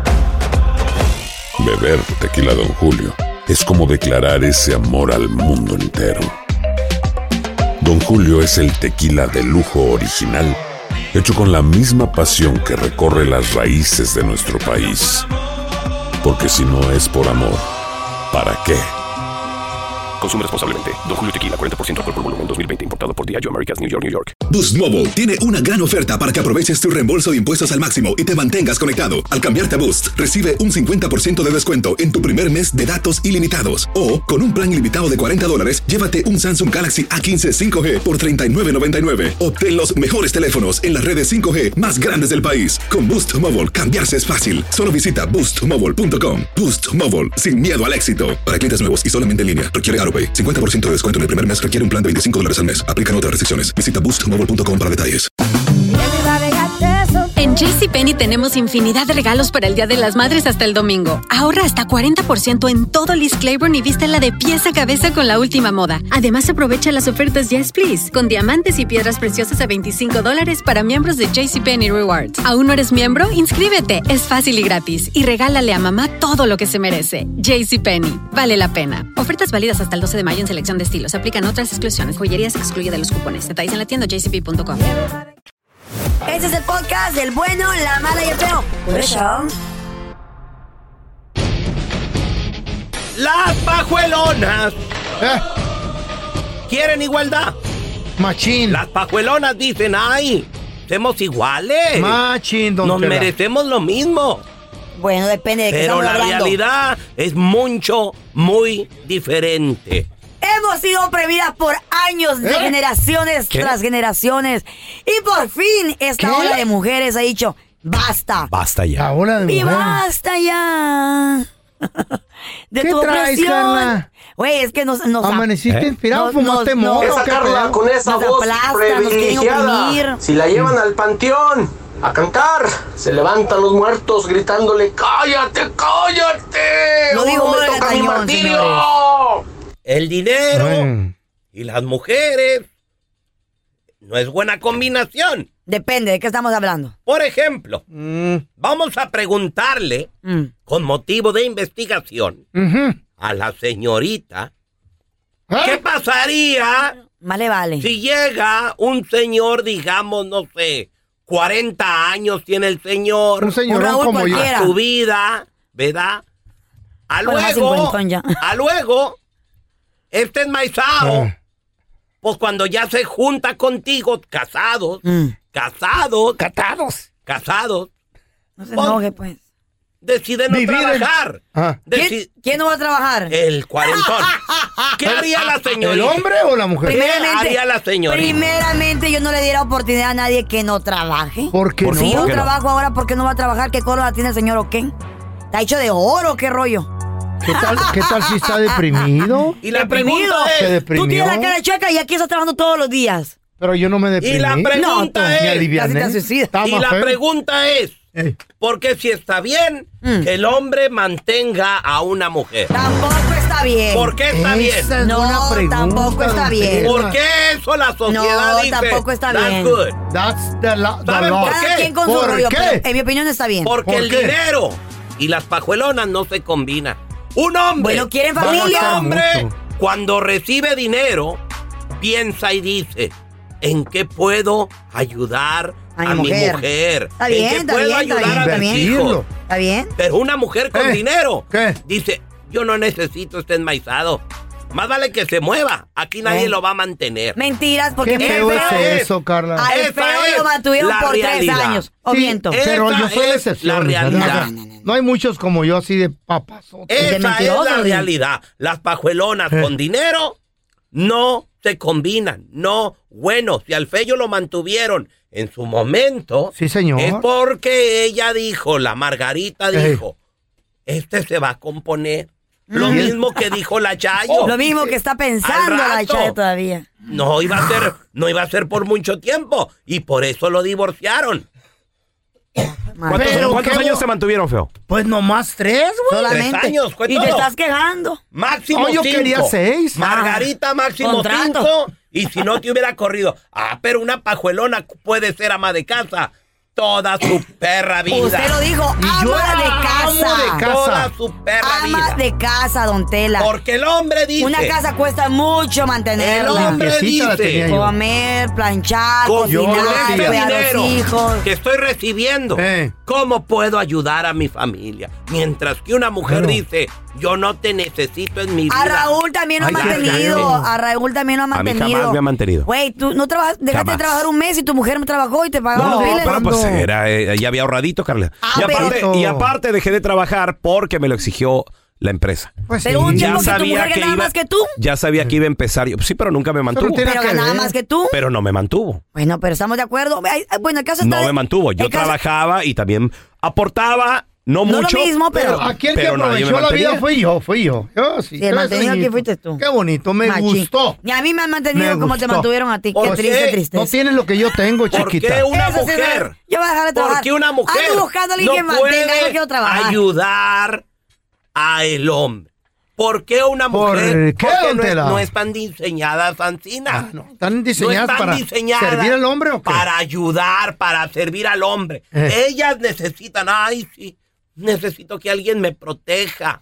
Beber tequila Don Julio es como declarar ese amor al mundo entero. Don Julio es el tequila de lujo original, hecho con la misma pasión que recorre las raíces de nuestro país. Porque si no es por amor, ¿para qué? Consume responsablemente. Don Julio Tequila, cuarenta por ciento alcohol por volumen, dos mil veinte. Importado por Diageo Americas, New York, New York. Boost Mobile tiene una gran oferta para que aproveches tu reembolso de impuestos al máximo y te mantengas conectado. Al cambiarte a Boost, recibe un cincuenta por ciento de descuento en tu primer mes de datos ilimitados. O, con un plan ilimitado de cuarenta dólares, llévate un Samsung Galaxy A quince cinco G por treinta y nueve noventa y nueve. Obtén los mejores teléfonos en las redes cinco G más grandes del país. Con Boost Mobile, cambiarse es fácil. Solo visita boost mobile punto com. Boost Mobile, sin miedo al éxito. Para clientes nuevos y solamente en línea, requiere AroPay. cincuenta por ciento de descuento en el primer mes requiere un plan de veinticinco dólares al mes. Aplican otras restricciones. Visita boost mobile punto com para detalles. En JCPenney tenemos infinidad de regalos para el Día de las Madres hasta el domingo. Ahorra hasta cuarenta por ciento en todo Liz Claiborne y vístela de pies a cabeza con la última moda. Además, aprovecha las ofertas Yes Please, con diamantes y piedras preciosas a veinticinco dólares para miembros de JCPenney Rewards. ¿Aún no eres miembro? Inscríbete. Es fácil y gratis. Y regálale a mamá todo lo que se merece. JCPenney. Vale la pena. Ofertas válidas hasta el doce de mayo en selección de estilos. Aplican otras exclusiones. Joyería se excluye de los cupones. Detalles en la tienda j c p punto com. Este es el podcast del bueno, la mala y el feo. Por eso. Las pajuelonas ¿Eh? quieren igualdad. Machín. Las pajuelonas dicen, ay, somos iguales. Machín, don Nos Tela. merecemos lo mismo. Bueno, depende de qué Pero estamos la hablando. realidad es mucho, muy diferente. Hemos sido oprimidas por años de ¿Eh? generaciones ¿Qué? tras generaciones. Y por fin esta ¿Qué? ola de mujeres ha dicho, basta. Basta ya. La ola de Y mujeres. basta ya. De ¿Qué tu traes, opresión. Carla? Güey, es que nos... nos ¿Amaneciste ¿Eh? inspirado? nos- ¿Fumaste nos- moto? nos- ¿Qué Esa Carla pedo? con esa Nos voz aplastan, nos quieren privilegiada. oprimir. Si la llevan al panteón a cantar, se levantan los muertos gritándole ¡cállate, cállate! Lo dijo ¡Uno me Olga toca mi Tañón, martirio! El dinero Ay. y las mujeres no es buena combinación. Depende de qué estamos hablando. Por ejemplo, Mm. vamos a preguntarle, Mm. con motivo de investigación, Ujú. a la señorita, ¿Eh? ¿qué pasaría Más le vale. si llega un señor, digamos, no sé, cuarenta años tiene el señor, Un señorón Raúl como yo. cualquiera. a su vida, ¿verdad? A Bueno, más luego, cincuentón ya. a luego, este enmaizado, Ah. pues cuando ya se junta contigo, casados, Mm. casados, casados, casados, No se Pon- enoje, pues. decide no Vivir en- trabajar. Ah. Deci- ¿Quién, quién no va a trabajar? El cuarentón. ¿Qué haría la señorita? ¿El hombre o la mujer? ¿Qué haría la señorita? primeramente yo no le diera oportunidad a nadie que no trabaje. ¿Por qué Si no? yo ¿Por qué no? trabajo ahora, ¿por qué no va a trabajar? ¿Qué corona tiene el señor o qué? ¿Está hecho de oro? ¿Qué rollo? ¿Qué tal, ¿Qué tal si está deprimido? Y la Deprimido. pregunta ¿Se es, deprimió? Tú tienes la cara chueca y aquí estás trabajando todos los días. Pero yo no me deprimí. y la pregunta No, Me es, aliviané. Casi te suicidas. Está y más la feo. pregunta es, Ey. porque si está bien Mm. que el hombre mantenga a una mujer. Tampoco está bien. ¿Por qué está bien? Esa es No, buena pregunta, tampoco está don bien. Tela. ¿Por qué eso la sociedad No, dice? tampoco está "That's bien". good"? That's the, la, the ¿Saben law. por Cada qué? quien con su ¿Por rollo, qué? pero en mi opinión está bien. Porque ¿Por el qué? dinero y las pajuelonas no se combinan. Un hombre, Bueno, ¿quieren Va a familia? gastar un hombre mucho. cuando recibe dinero piensa y dice, ¿en qué puedo ayudar A mi a mi mujer. mujer? Está bien, ¿En qué está puedo bien, está ayudar bien, a está mis bien. hijos? Invertirlo. ¿Está bien? Pero una mujer con ¿Qué? dinero ¿Qué? dice, yo no necesito este enmaizado. Más vale que se mueva. Aquí nadie ¿Eh? lo va a mantener. Mentiras, porque Qué feo Esa es es- eso, Carla. al Esa feo es lo mantuvieron la por realidad. tres años. O Sí, miento. eh, pero Esa yo soy la es excepción. la realidad. No, no hay muchos como yo así de papazotes. de Esa es mentiroso, la sí. realidad. Las pajuelonas Eh. con dinero no se combinan. No, bueno, si al feo lo mantuvieron en su momento, Sí, señor. es porque ella dijo, la Margarita Ey. dijo, este se va a componer. Lo Mm. mismo que dijo la Chayo. Lo mismo que está pensando Al la rato. Chayo todavía. No iba a ser, no iba a ser por mucho tiempo y por eso lo divorciaron. ¿Cuántos, Pero cuántos qué años bo- se mantuvieron, feo? Pues nomás tres, güey. Solamente. Tres años, fue y te todo. estás quejando. Máximo No, yo cinco. quería seis. Margarita, máximo Contrato. cinco. Y si no te hubiera corrido. Ah, pero una pajuelona puede ser ama de casa toda su perra vida. Usted lo dijo, Y ama yo era de amo casa. de casa. Toda su perra Ama vida. de casa, don Tela. Porque el hombre dice. Una casa cuesta mucho El mantenerla. hombre Limpiecita la dice. tenía yo. Comer, planchar, Con yo lo cocinar, hacía. cuidar a dinero los hijos. que estoy recibiendo, Eh. ¿cómo puedo ayudar a mi familia? Mientras que una mujer Claro. dice, yo no te necesito en mi vida. A Raúl también lo ha Ay, qué mantenido. feo. A Raúl también lo ha A mí mantenido. jamás me ha mantenido. Güey, tú no trabajas, dejaste Jamás. de trabajar un mes y tu mujer me trabajó y te pagaba No, los biles. pero pues ¿Cuándo? era, eh, ya había ahorradito, Carla. Ah, y, aparte, pero- y aparte dejé de trabajar porque me lo exigió la empresa. Pues Pero sí. un Ya tiempo que tu sabía mujer que ganaba iba- más que tú. Ya sabía que iba a empezar. Yo, sí, pero nunca me mantuvo. tiene Pero que ganaba ver. más que tú. Pero no me mantuvo. Bueno, pero estamos de acuerdo. Ay, ay, Bueno, el caso está No de- me mantuvo. Yo el caso- trabajaba y también aportaba, no, No lo mucho. mismo, pero- Pero aquí el que pero nadie me aprovechó la vida mantenía. fui yo, fui yo. Yo sí. Sí, el tres mantenido aquí añitos. fuiste tú. Qué bonito, me Machín. gustó. Y a mí me han mantenido Me como te gustó. mantuvieron a ti. Qué ¿Por triste, qué? tristeza. No tienes lo que yo tengo, ¿Por chiquita. qué una Eso sí, mujer? yo voy a dejar de trabajar. ¿Por qué una mujer Ando buscando a alguien no que mantenga, yo puede quiero trabajar. ayudar a el hombre? ¿Por qué una ¿Por mujer? qué, Porque don no, es- Tela? no están diseñadas, Ancina. Ah, no. ¿Están diseñadas No están para diseñadas servir al hombre o qué? para ayudar, para servir al hombre. Eh. Ellas necesitan, ay, sí, necesito que alguien me proteja.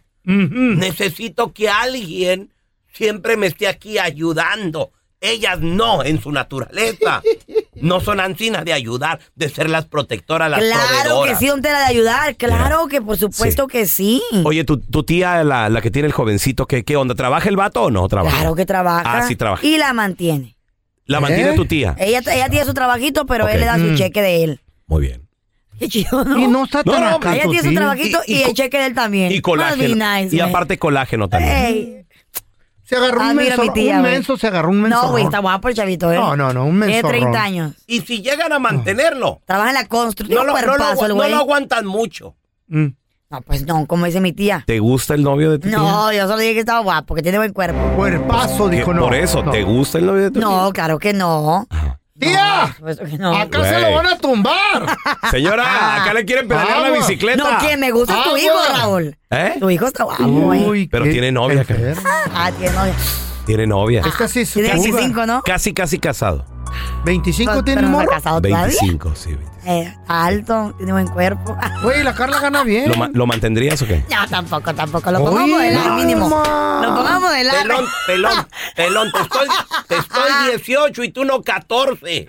Necesito que alguien siempre me esté aquí ayudando. Ellas no, en su naturaleza. No son ancinas de ayudar, de ser las protectoras, las Claro proveedoras. que sí, don Tela, de ayudar. Claro que por supuesto que sí. Oye, tu, tu tía, la, la que tiene el jovencito, ¿qué, ¿qué onda? ¿Trabaja el vato o no trabaja? Claro que trabaja. Ah, sí trabaja. Y la mantiene. ¿La mantiene ¿Eh? tu tía? Ella, ella tiene su trabajito, pero Ok. él le da su Mm. cheque de él. Muy bien. Qué chido, ¿no? Y no está No, tan no, acá Ella tu tiene su tía. trabajito y, Y- y el co- cheque de él también. Y Must colágeno. be nice, y man. aparte colágeno también. Ey. Se agarró un Admiro a menso, mi tía, un güey. menso, se agarró un menso. No, güey, está guapo el chavito, ¿eh? No, no, no, un Tiene mensorrón. treinta años. Y si llegan a mantenerlo, Trabaja en la construcción. no lo, no, lo, cuerpazo el no güey. lo aguantan mucho. Mm. No, pues no, como dice mi tía. ¿Te gusta el novio de tu tía? No, yo solo dije que estaba guapo, que tiene buen cuerpo. Cuerpazo, ¿Qué? dijo no. Por eso, no. ¿te gusta el novio de tu No, claro que no. ¡Tía! Por supuesto que no. Acá Güey. se lo van a tumbar. tía? Señora, acá le quieren pedalear la Agua. bicicleta. No, quien me gusta es tu Agua. hijo, Raúl. ¿Eh? Tu hijo está guapo, güey. Uy, Pero qué tiene novia, enfermo. Ah, tiene novia. Tiene novia. Esta sí es Tiene fuga. veinticinco, ¿no? Casi, casi casado. ¿veinticinco No, tiene pero no morro? está casado todavía. veinticinco, sí. veinticinco. Eh, alto, tiene buen cuerpo. Güey, la Carla gana bien. ¿Lo, ma- ¿Lo mantendrías o qué? No, tampoco, tampoco. Lo pongo a Oye, modelar no, mínimo. ma. Lo pongo a modelar. Pelón, pelón, pelón, te estoy, te estoy dieciocho y tú no catorce.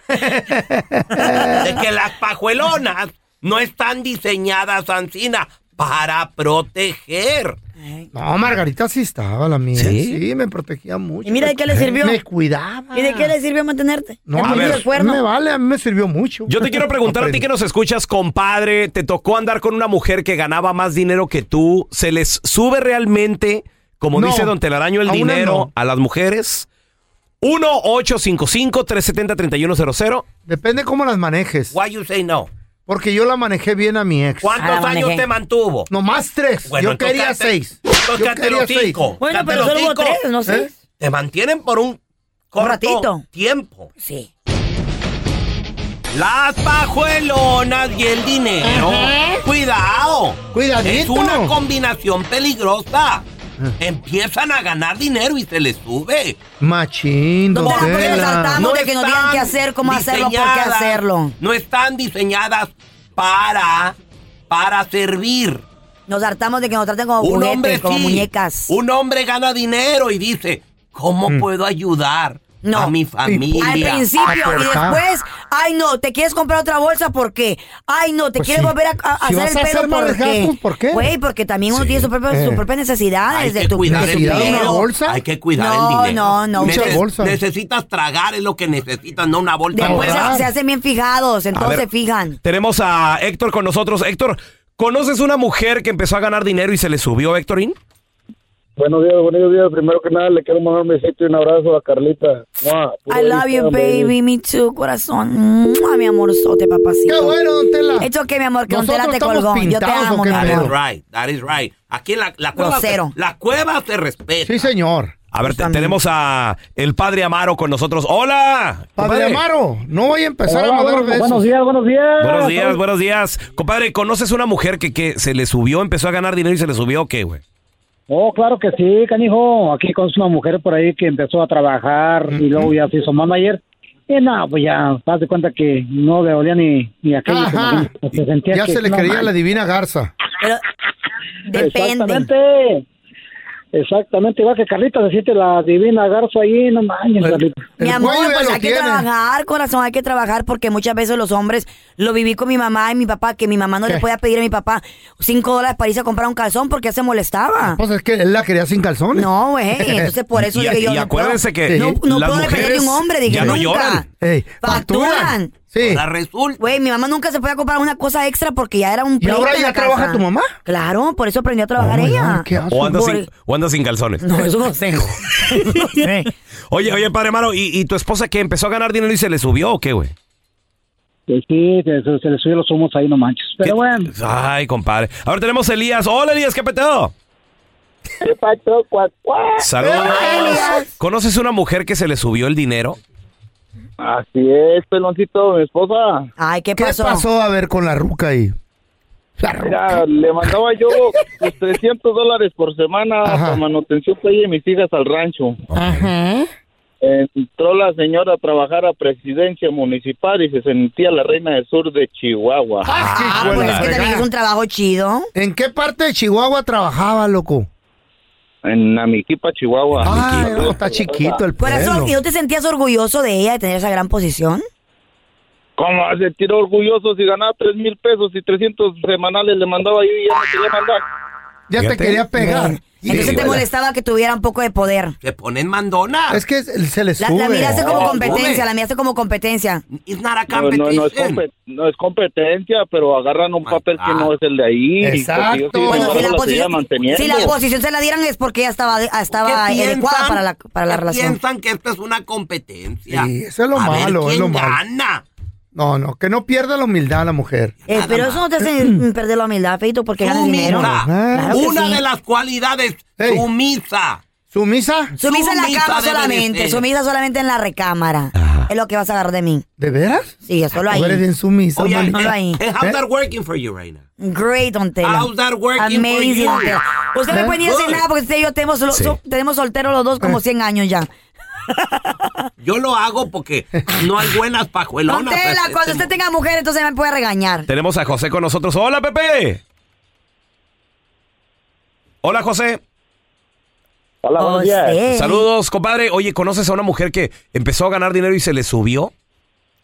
De que las pajuelonas no están diseñadas, Ancina, para proteger. No, Margarita sí estaba, la mía. ¿Sí? Sí, me protegía mucho. ¿Y mira de qué le sirvió? Me cuidaba. ¿Y de qué le sirvió mantenerte? No, ¿Te a puso ver, el cuerno? me vale, a mí me sirvió mucho. Yo te quiero preguntar a ti que nos escuchas, compadre, ¿te tocó andar con una mujer que ganaba más dinero que tú? ¿Se les sube realmente, como No, dice Don Telaraño, el a una dinero no. a las mujeres? uno ocho cinco cinco, tres siete cero, tres uno cero cero. Depende cómo las manejes. Why you say no? Porque yo la manejé bien a mi ex. ¿Cuántos años te mantuvo? No más tres. Bueno, yo entonces quería cállate- seis. entonces Yo cállate quería el seis. hocico. Bueno, Cállate pero el solo hubo hocico. tres, no sé. ¿Eh? Te mantienen por un corto ratito. tiempo. Sí. Las pajuelonas y el dinero. Ajá. Cuidado. Cuidadito. Es una combinación peligrosa. Empiezan a ganar dinero y se les sube. Machín, don Don Tela, porque nos Tela. saltamos de que nos digan qué hacer, cómo hacerlo, por qué diseñadas- hacerlo. No están diseñadas para, para servir. Nos hartamos de que nos traten como Un juguetes, hombre como sí, muñecas. Un hombre gana dinero y dice, ¿cómo Mm. puedo ayudar No. a mi familia? Al principio y Aportar. después, ay no, ¿te quieres comprar otra bolsa? ¿Por qué? Ay no, ¿te Pues quieres sí. volver a, a Si hacer vas el a pelo? hacer ¿Por más qué? gastos, ¿por qué? Güey, porque también uno Sí. tiene sus propias, Eh. sus propias necesidades Hay de que tu, cuidar de tu el necesidad de dinero. una bolsa. Hay que cuidar No, el dinero. no, no, Mucha ustedes- bolsa. Necesitas tragar, es lo que necesitas, no una bolsa. Después Ahorrar. se, se hacen bien fijados, A entonces ver. se fijan. Tenemos a Héctor con nosotros. Héctor, ¿conoces una mujer que empezó a ganar dinero y se le subió, Héctorín? Buenos días, buenos días. Primero que nada, le quiero mandar un besito y un abrazo a Carlita. ¡Mua! Puro I love you, bendición, baby. Me too, corazón. ¡Mua, mi amorzote, papacito! Qué bueno, don Tela. Hecho que, mi amor, que don Nosotros Tela te estamos colgó. Yo te pintados, ¿o amo, qué mi That is amor. right, that is right. Aquí la, la cueva, se, Grosero. la cueva se respeta. Sí, señor. A ver, te- tenemos a el padre Amaro con nosotros. ¡Hola! Padre compadre. Amaro, no voy a empezar Hola, a mandar buenos, besos. buenos días, buenos días. Buenos días, buenos días. Compadre, ¿conoces una mujer que, que se le subió, empezó a ganar dinero y se le subió o qué, güey? Oh, claro que sí, canijo. Aquí con una mujer por ahí que empezó a trabajar y luego ya se hizo manager. Y no, pues ya, haz de cuenta que no le olía ni, ni aquello. Ajá. como que se sentía Ya que, se le no, creía man. la divina garza. Pero depende. Exactamente. Exactamente, igual que Carlita se siente la divina garza ahí, no manches, Carlita. Mi El amor, cuello ya pues lo hay que tiene. trabajar, corazón, hay que trabajar porque muchas veces los hombres, lo viví con mi mamá y mi papá, que mi mamá no ¿Qué? le podía pedir a mi papá cinco dólares para irse a comprar un calzón porque se molestaba. Pues es que él la quería sin calzones. No, güey, entonces por eso Y, dije yo y no acuérdense puedo, que no, no las puedo depender de un mujeres hombre, dije ya no nunca. lloran. Ey, Facturan. Sí. Ahora resulta. Güey, mi mamá nunca se podía comprar una cosa extra porque ya era un ¿Y pleito ahora en ya la trabaja casa. tu mamá? Claro, por eso aprendió a trabajar Oh, my ella. God, qué asco. O anda, Por- sin, o anda sin calzones. No, eso no sé. No sé. Oye, oye, padre Amaro, ¿y, y tu esposa que empezó a ganar dinero y se le subió o qué, güey? Pues sí, se, se, se le subió los humos ahí, no manches. Pero bueno. Ay, compadre. Ahora tenemos a Elías. Hola, Elías, ¿qué peteo? ¿Qué pasó, cuac, cuac? Saludos. Hola, Elías. ¿Conoces una mujer que se le subió el dinero? Así es, peloncito, mi esposa. Ay, ¿qué ¿Qué pasó? pasó a ver con la ruca ahí? La ruca. Mira, le mandaba yo pues, trescientos dólares por semana Ajá. para manutención para ella y mis hijas al rancho. Ajá. Entró la señora a trabajar a presidencia municipal y se sentía la reina del sur de Chihuahua. Ah, qué Ah, hijo de pues la es que también fregada. es un trabajo chido. ¿En qué parte de Chihuahua trabajaba, loco? En Amiquipa, Chihuahua. Ay, no, está chiquito el Corazón, pueblo. ¿y no te sentías orgulloso de ella de tener esa gran posición? ¿Cómo se tiró orgulloso si ganaba tres mil pesos y trescientos semanales le mandaba yo y ya me quería mandar? Ya te Fíjate. quería pegar. Entonces te bueno. molestaba que tuviera un poco de poder. Se ponen mandona. Es que se le La, sube. la miraste como No, competencia, sube. la miraste como competencia. It's not a No, no, competition. no, es compe- no es competencia, pero agarran un papel que no es el de ahí. Exacto. porque yo sí, Bueno, si no la, la seguía posición, manteniendo. si la posición se la dieran es porque ella estaba, estaba ¿Qué adecuada para la, para la qué relación. piensan que esto es una competencia? Sí, eso es lo A ver malo, es quién lo malo. gana. No, no, que no pierda la humildad la mujer. Eh, pero eso no te hace mm, perder la humildad, Feito, porque ganas dinero. Sumisa. Claro que Una sí. de las cualidades, Ey. sumisa. ¿Sumisa? Sumisa en la Sumisa cama debe de solamente, ser. sumisa solamente en la recámara. Es lo que vas a agarrar de mí. ¿De veras? Sí, solo ahí. Tú eres bien sumisa, Oye, mami. Solo ahí. eh, how's ¿Eh? that working for you right now? Great, don Tela. How's that working for Amazing, you? don Tela. Usted me ¿Eh? puede ni decir Good. nada porque usted y yo tenemos, so- Sí. so- tenemos solteros los dos como cien años ya. Yo lo hago porque no hay buenas Don pajuelonas. Tela, pues, cuando este usted tenga mujer, entonces me puede regañar. Tenemos a José con nosotros. Hola, Pepe. Hola, José. Hola, buenos días. José. Saludos, compadre. Oye, ¿conoces a una mujer que empezó a ganar dinero y se le subió?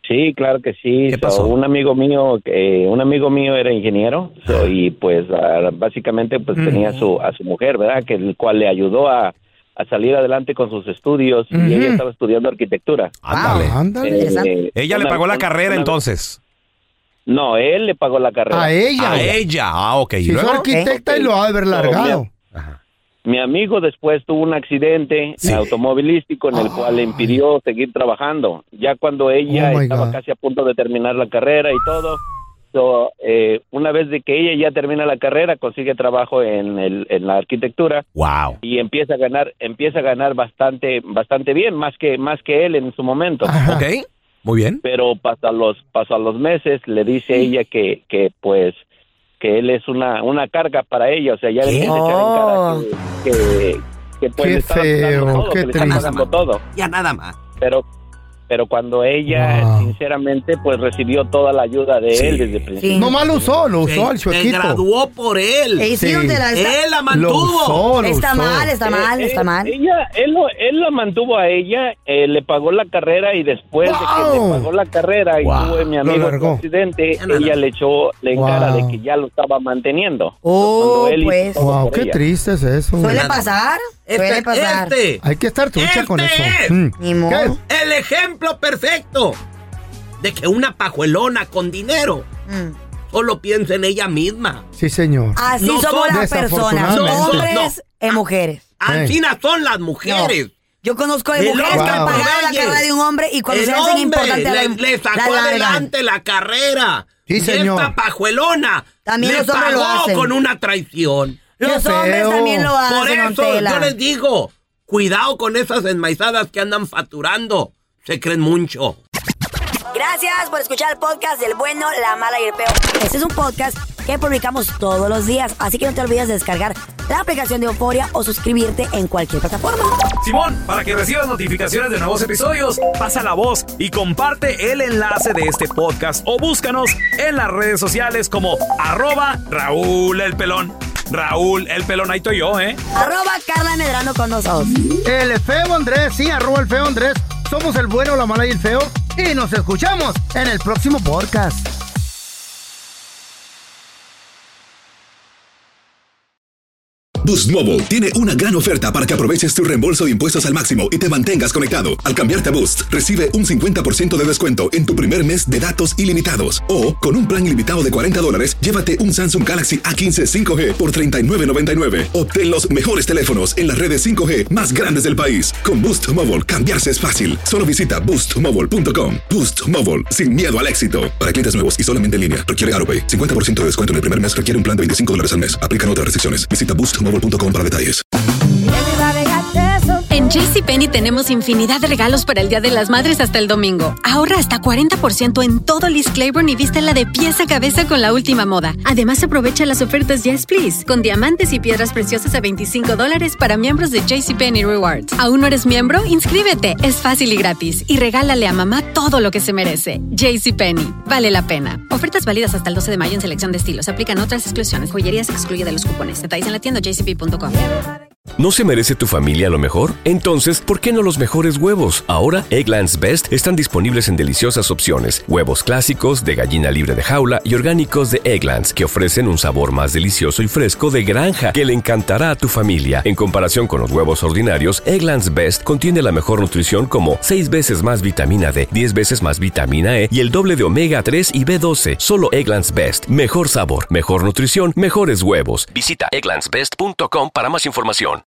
Sí, claro que sí. ¿Qué pasó? So, un amigo mío, eh, un amigo mío era ingeniero so, y pues uh, básicamente pues mm. tenía su, a su mujer, ¿verdad? Que el cual le ayudó a, a salir adelante con sus estudios mm. y ella estaba estudiando arquitectura. Ándale. Eh, Ándale. Ella una, le pagó la una, carrera una, entonces. No, él le pagó la carrera. A ella. A ella. Ah, ok. Si es arquitecta y lo ha de haber largado. Ajá. Mi amigo después tuvo un accidente sí. automovilístico en el oh, cual le impidió ay. seguir trabajando. Ya cuando ella oh estaba God. casi a punto de terminar la carrera y todo, so, eh, una vez de que ella ya termina la carrera, consigue trabajo en, el, en la arquitectura. Wow. Y empieza a ganar, empieza a ganar bastante, bastante bien, más que, más que él en su momento. Ajá. Ok, muy bien. Pero pasan los, pasan los meses, le dice sí. ella que, que pues que él es una una carga para ella, o sea, ya le empieza a echar en cara que, que, que pues qué le está feo, todo, qué que le está pagando todo. Ya nada más. Pero pero cuando ella, wow. sinceramente, pues recibió toda la ayuda de sí. él desde el principio. Sí. No mal lo usó, lo usó al chuequito. Se graduó por él. Sí, sí. La está... Él la mantuvo. Lo usó, lo está usó. mal, está mal, eh, está eh, mal. Ella, él, él la mantuvo a ella, eh, le pagó la carrera y después wow. de que le pagó la carrera wow. y tuve mi amigo en un accidente, ella le echó la en wow. cara de que ya lo estaba manteniendo. Oh, él pues. Wow, qué ella. triste es eso. Suele pasar. Este, Suele pasar. Este, Hay que estar trucha este con eso. Es mm. el ejemplo perfecto de que una pajuelona con dinero mm. solo piensa en ella misma. Sí, señor. Así no somos son, las personas, hombres no. y mujeres. Así no son las mujeres. No. Yo conozco de mujeres wow. que han pagado la carrera de un hombre y cuando el se hacen importante le, la, le sacó la adelante la carrera. Sí, y señor. Esta pajuelona también le los hombres pagó lo hacen. con una traición. Los hombres también lo hacen. Por eso yo les digo, cuidado con esas enmaizadas que andan facturando. Se creen mucho. Gracias por escuchar el podcast del bueno, la mala y el peor. Este es un podcast que publicamos todos los días, así que no te olvides de descargar la aplicación de Euforia o suscribirte en cualquier plataforma. Simón, para que recibas notificaciones de nuevos episodios, pasa la voz y comparte el enlace de este podcast o búscanos en las redes sociales como arroba Raúl el Pelón. Raúl el Pelón, ahí estoy yo, ¿eh? Arroba Carla Medrano con nosotros. El feo Andrés, sí, arroba el feo Andrés. Somos el bueno, la mala y el feo. Y nos escuchamos en el próximo podcast. Boost Mobile tiene una gran oferta para que aproveches tu reembolso de impuestos al máximo y te mantengas conectado. Al cambiarte a Boost, recibe un cincuenta por ciento de descuento en tu primer mes de datos ilimitados. O, con un plan ilimitado de cuarenta dólares, llévate un Samsung Galaxy A quince cinco G por treinta y nueve noventa y nueve. Obtén los mejores teléfonos en las redes cinco G más grandes del país. Con Boost Mobile, cambiarse es fácil. Solo visita boost mobile punto com. Boost Mobile, sin miedo al éxito. Para clientes nuevos y solamente en línea, requiere AutoPay. cincuenta por ciento de descuento en el primer mes requiere un plan de veinticinco dólares al mes. Aplican otras restricciones. Visita boost mobile punto com para detalles. En JCPenney tenemos infinidad de regalos para el Día de las Madres hasta el domingo. Ahorra hasta cuarenta por ciento en todo Liz Claiborne y vístela de pies a cabeza con la última moda. Además, aprovecha las ofertas Yes Please, con diamantes y piedras preciosas a veinticinco dólares para miembros de JCPenney Rewards. ¿Aún no eres miembro? Inscríbete. Es fácil y gratis. Y regálale a mamá todo lo que se merece. JCPenney. Vale la pena. Ofertas válidas hasta el doce de mayo en selección de estilos. Aplican otras exclusiones. Joyería se excluye de los cupones. Detalles en la tienda j c p punto com. ¿No se merece tu familia lo mejor? Entonces, ¿por qué no los mejores huevos? Ahora, Eggland's Best están disponibles en deliciosas opciones. Huevos clásicos, de gallina libre de jaula y orgánicos de Eggland's, que ofrecen un sabor más delicioso y fresco de granja que le encantará a tu familia. En comparación con los huevos ordinarios, Eggland's Best contiene la mejor nutrición como seis veces más vitamina D, diez veces más vitamina E y el doble de omega tres y B doce. Solo Eggland's Best. Mejor sabor, mejor nutrición, mejores huevos. Visita egglands best punto com para más información.